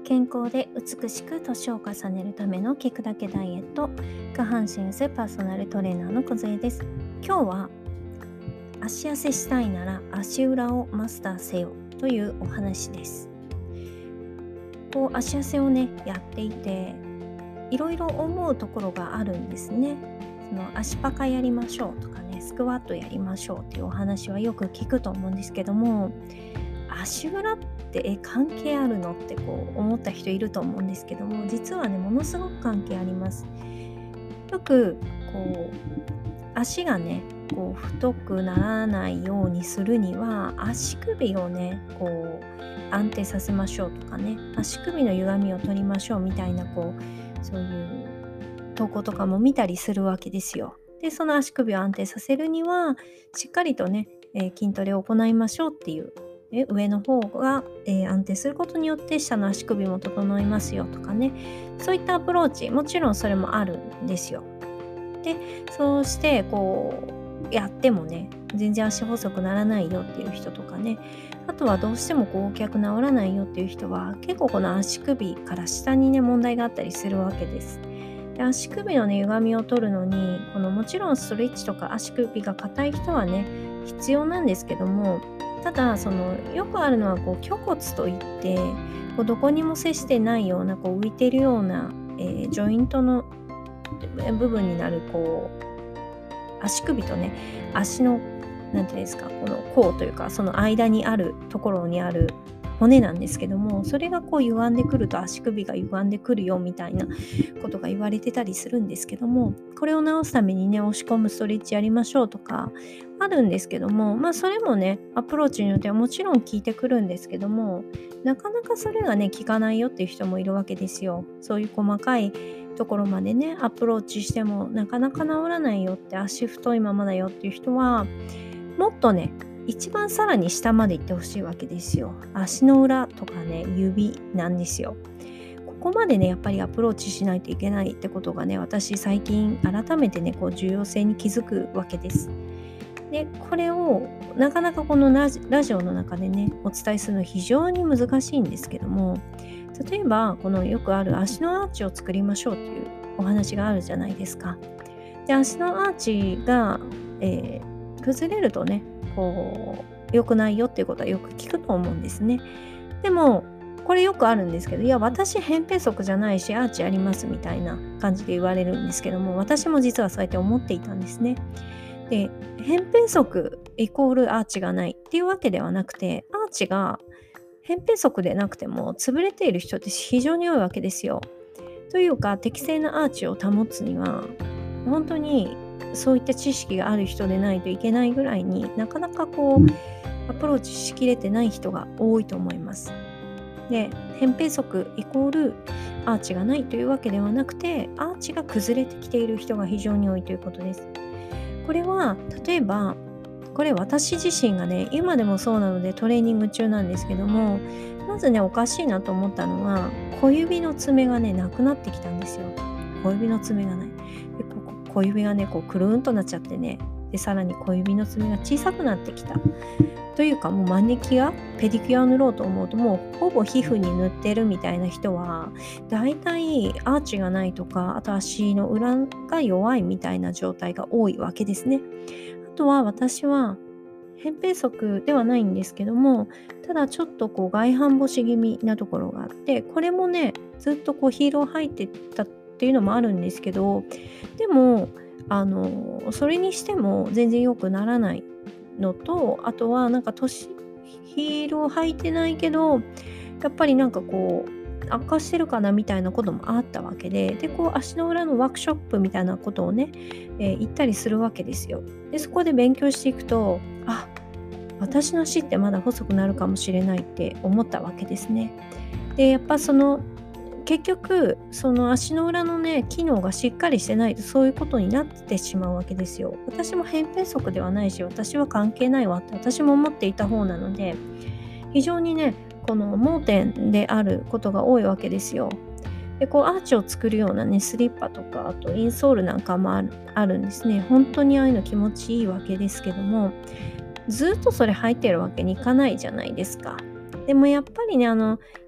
健康で美しく年を重ねるための聞くだけダイエット、下半身痩せパーソナルトレーナーの小杖です。今日は足痩せしたいなら足裏をマスターせよというお話です。足痩せをねやっていていろいろ思うところがあるんですね。その足パカやりましょうとかね、スクワットやりましょうっていうお話はよく聞くと思うんですけども、足裏って関係あるのって思った人いると思うんですけども、実はねものすごく関係あります。よく足がね太くならないようにするには足首をね安定させましょうとかね、足首の歪みを取りましょうみたいなそういう投稿とかも見たりするわけですよ。でその足首を安定させるにはしっかりとね、筋トレを行いましょうっていう、上の方が、安定することによって下の足首も整いますよとかね、そういったアプローチもちろんそれもあるんですよ。でそうしてやってもね全然足細くならないよっていう人とかね、あとはどうしても横脚治らないよっていう人は結構この足首から下にね問題があったりするわけです。で足首のね歪みを取るのにもちろんストレッチとか足首が硬い人はね必要なんですけども、ただよくあるのは虚骨といってどこにも接してないような浮いてるような、ジョイントの部分になる足首とね足のなんていうんですか、この甲というかその間にあるところにある骨なんですけども、それが歪んでくると足首が歪んでくるよみたいなことが言われてたりするんですけども、これを治すためにね押し込むストレッチやりましょうとかあるんですけども、それもねアプローチによってはもちろん効いてくるんですけども、なかなかそれがね効かないよっていう人もいるわけですよ。そういう細かいところまでねアプローチしてもなかなか治らないよって、足太いままだよっていう人はもっとね一番さらに下まで行ってほしいわけですよ。足の裏とかね指なんですよ。ここまでねやっぱりアプローチしないといけないってことがね、私最近改めてね重要性に気づくわけです。でこれをなかなかこのラジオの中でねお伝えするの非常に難しいんですけども、例えばよくある足のアーチを作りましょうっていうお話があるじゃないですか。で足のアーチが、崩れるとね良くないよっていうことはよく聞くと思うんですね。でもこれよくあるんですけど、いや私扁平足じゃないしアーチありますみたいな感じで言われるんですけども、私も実はそうやって思っていたんですね。で扁平足イコールアーチがないっていうわけではなくて、アーチが扁平足でなくても潰れている人って非常に多いわけですよ。というか適正なアーチを保つには本当にそういった知識がある人でないといけないぐらいになかなかアプローチしきれてない人が多いと思います。で扁平足イコールアーチがないというわけではなくて、アーチが崩れてきている人が非常に多いということです。これは例えばこれ私自身がね今でもそうなのでトレーニング中なんですけども、まずねおかしいなと思ったのは小指の爪がねなくなってきたんですよ。小指の爪がない。で小指がねくるんとなっちゃってね、でさらに小指の爪が小さくなってきたというか、もうマニキュアペディキュアを塗ろうと思うともうほぼ皮膚に塗ってるみたいな人はだいたいアーチがないとか、あと足の裏が弱いみたいな状態が多いわけですね。あとは私は扁平足ではないんですけども、ただちょっと外反母趾気味なところがあって、これもねずっとヒールを履いてたっていうのもあるんですけど、でもそれにしても全然良くならないのと、あとはヒールを履いてないけどやっぱり悪化してるかなみたいなこともあったわけで、足の裏のワークショップみたいなことをね、行ったりするわけですよ。でそこで勉強していくと、私の足ってまだ細くなるかもしれないって思ったわけですね。でやっぱ結局足の裏のね機能がしっかりしてないとそういうことになってしまうわけですよ。私も扁平足ではないし私は関係ないわって私も思っていた方なので、非常にねこの盲点であることが多いわけですよ。でアーチを作るようなねスリッパとかあとインソールなんかもあるんですね。本当にああいうの気持ちいいわけですけども、ずっとそれ履いてるわけにいかないじゃないですか。でもやっぱりね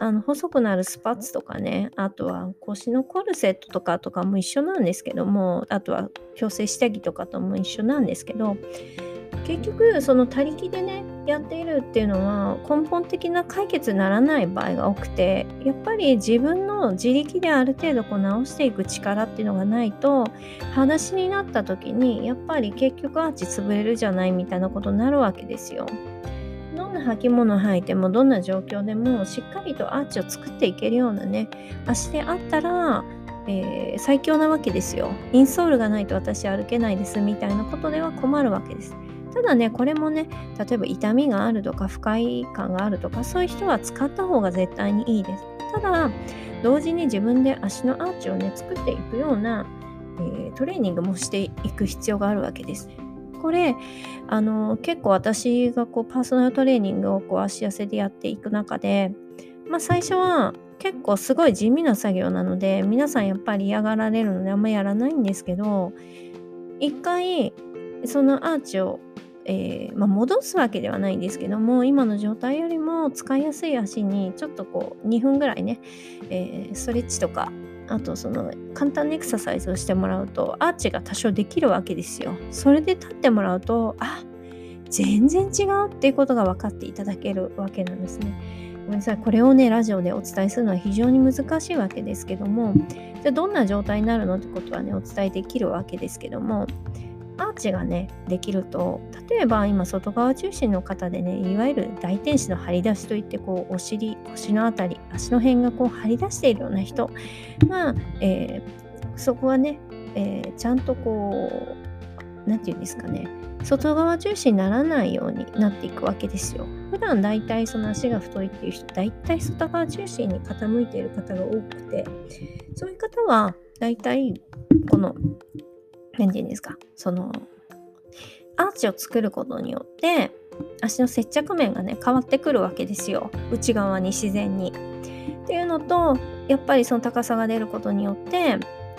細くなるスパッツとかね、あとは腰のコルセットとかも一緒なんですけども、あとは矯正下着とかとも一緒なんですけど、結局その他力でねやっているっていうのは根本的な解決にならない場合が多くて、やっぱり自分の自力である程度直していく力っていうのがないと、裸足になった時にやっぱり結局アーチ潰れるじゃないみたいなことになるわけですよ。どんな履物を履いてもどんな状況でもしっかりとアーチを作っていけるようなね足であったら、最強なわけですよ。インソールがないと私歩けないですみたいなことでは困るわけです。ただね、これもね、例えば痛みがあるとか不快感があるとかそういう人は使った方が絶対にいいです。ただ同時に自分で足のアーチをね作っていくような、トレーニングもしていく必要があるわけです。これ結構私がパーソナルトレーニングを足痩せでやっていく中で、最初は結構すごい地味な作業なので皆さんやっぱり嫌がられるのであんまやらないんですけど、一回そのアーチを、戻すわけではないんですけども、今の状態よりも使いやすい足にちょっと2分ぐらいね、ストレッチとかあとその簡単なエクササイズをしてもらうとアーチが多少できるわけですよ。それで立ってもらうと全然違うっていうことが分かっていただけるわけなんですね。ごめんなさい、これをねラジオでお伝えするのは非常に難しいわけですけども、じゃあどんな状態になるのってことはねお伝えできるわけですけども、アーチがねできると、例えば今外側中心の方でね、いわゆる大天使の張り出しといってお尻腰のあたり足の辺が張り出しているような人が、そこはね、ちゃんとなんていうんですかね、外側重心にならないようになっていくわけですよ。普段だいたいその足が太いっていう人、だいたい外側重心に傾いている方が多くて、そういう方はだいたいなんていうんですか、そのアーチを作ることによって足の接着面がね変わってくるわけですよ、内側に自然に。っていうのと、やっぱりその高さが出ることによって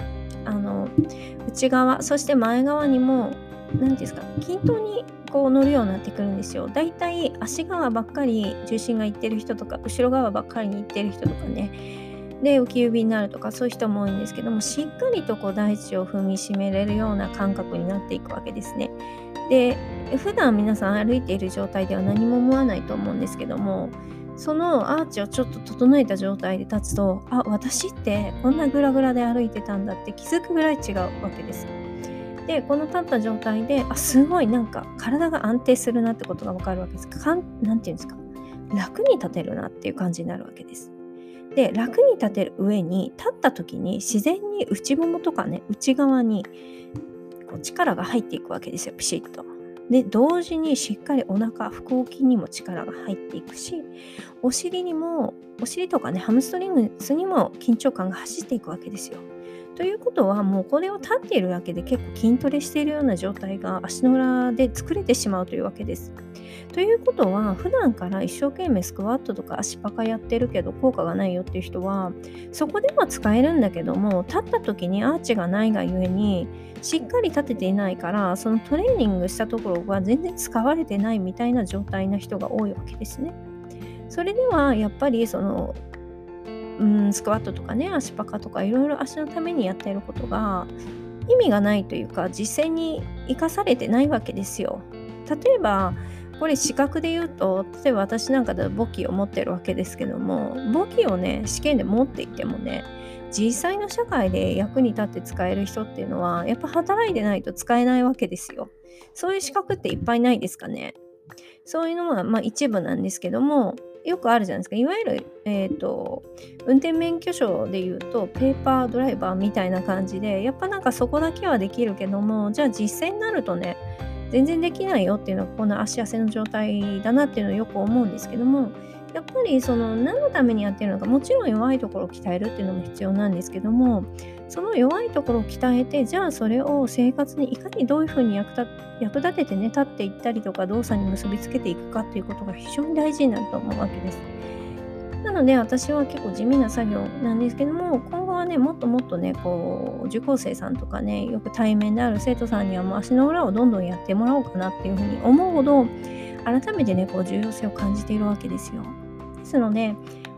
内側そして前側にも何ていうんですか、均等に乗るようになってくるんですよ。だいたい足側ばっかり重心がいってる人とか後ろ側ばっかりにいってる人とかねで浮き指になるとかそういう人も多いんですけども、しっかりと大地を踏みしめれるような感覚になっていくわけですね。で普段皆さん歩いている状態では何も思わないと思うんですけども、そのアーチをちょっと整えた状態で立つと、私ってこんなグラグラで歩いてたんだって気づくぐらい違うわけです。でこの立った状態ですごいなんか体が安定するなってことが分かるわけです。なんていうんですか、楽に立てるなっていう感じになるわけです。で楽に立てる上に立った時に自然に内ももとかね内側に力が入っていくわけですよ、ピシッと。で同時にしっかりお腹腹横筋にも力が入っていくし、お尻とかねハムストリングスにも緊張感が走っていくわけですよ。ということはもうこれを立っているだけで結構筋トレしているような状態が足の裏で作れてしまうというわけです。ということは普段から一生懸命スクワットとか足パカやってるけど効果がないよっていう人はそこでは使えるんだけども、立った時にアーチがないがゆえにしっかり立てていないから、そのトレーニングしたところが全然使われてないみたいな状態な人が多いわけですね。それではやっぱりスクワットとかね足パカとかいろいろ足のためにやっていることが意味がないというか実践に生かされてないわけですよ。例えばこれ資格で言うと、例えば私なんかで簿記を持ってるわけですけども、簿記をね試験で持っていてもね、実際の社会で役に立って使える人っていうのはやっぱ働いてないと使えないわけですよ。そういう資格っていっぱいないですかね。そういうのは一部なんですけども、よくあるじゃないですか。いわゆる、運転免許証で言うとペーパードライバーみたいな感じで、やっぱなんかそこだけはできるけども、じゃあ実践になるとね全然できないよっていうのがこの足痩せの状態だなっていうのをよく思うんですけども、やっぱり何のためにやってるのか、もちろん弱いところを鍛えるっていうのも必要なんですけども、その弱いところを鍛えて、じゃあそれを生活にいかにどういうふうに役立ててね立っていったりとか動作に結びつけていくかっていうことが非常に大事になると思うわけです。なので私は結構地味な作業なんですけども、今後はねもっともっとね受講生さんとかね、よく対面である生徒さんにはもう足の裏をどんどんやってもらおうかなっていうふうに思うほど改めてね重要性を感じているわけですよ。ですので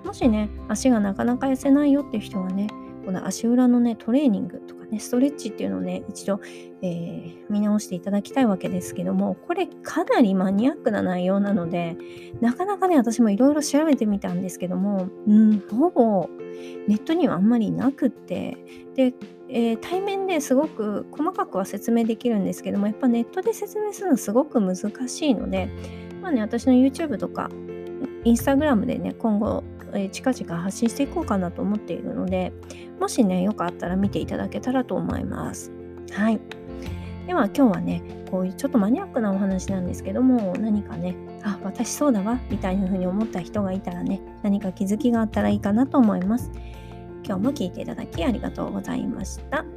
もしね、足がなかなか痩せないよっていう人はね、この足裏のね、トレーニングとかね、ストレッチっていうのをね、一度、見直していただきたいわけですけども、これかなりマニアックな内容なので、なかなかね、私もいろいろ調べてみたんですけども、ほぼネットにはあんまりなくって、で、対面ですごく細かくは説明できるんですけども、やっぱネットで説明するのすごく難しいので、私の YouTube とか Instagram でね、今後、近々発信していこうかなと思っているので、もしね、よかったら見ていただけたらと思います。はい。では今日はね、こういうちょっとマニアックなお話なんですけども、何かね、私そうだわ、みたいな風に思った人がいたらね、何か気づきがあったらいいかなと思います。今日も聞いていただきありがとうございました。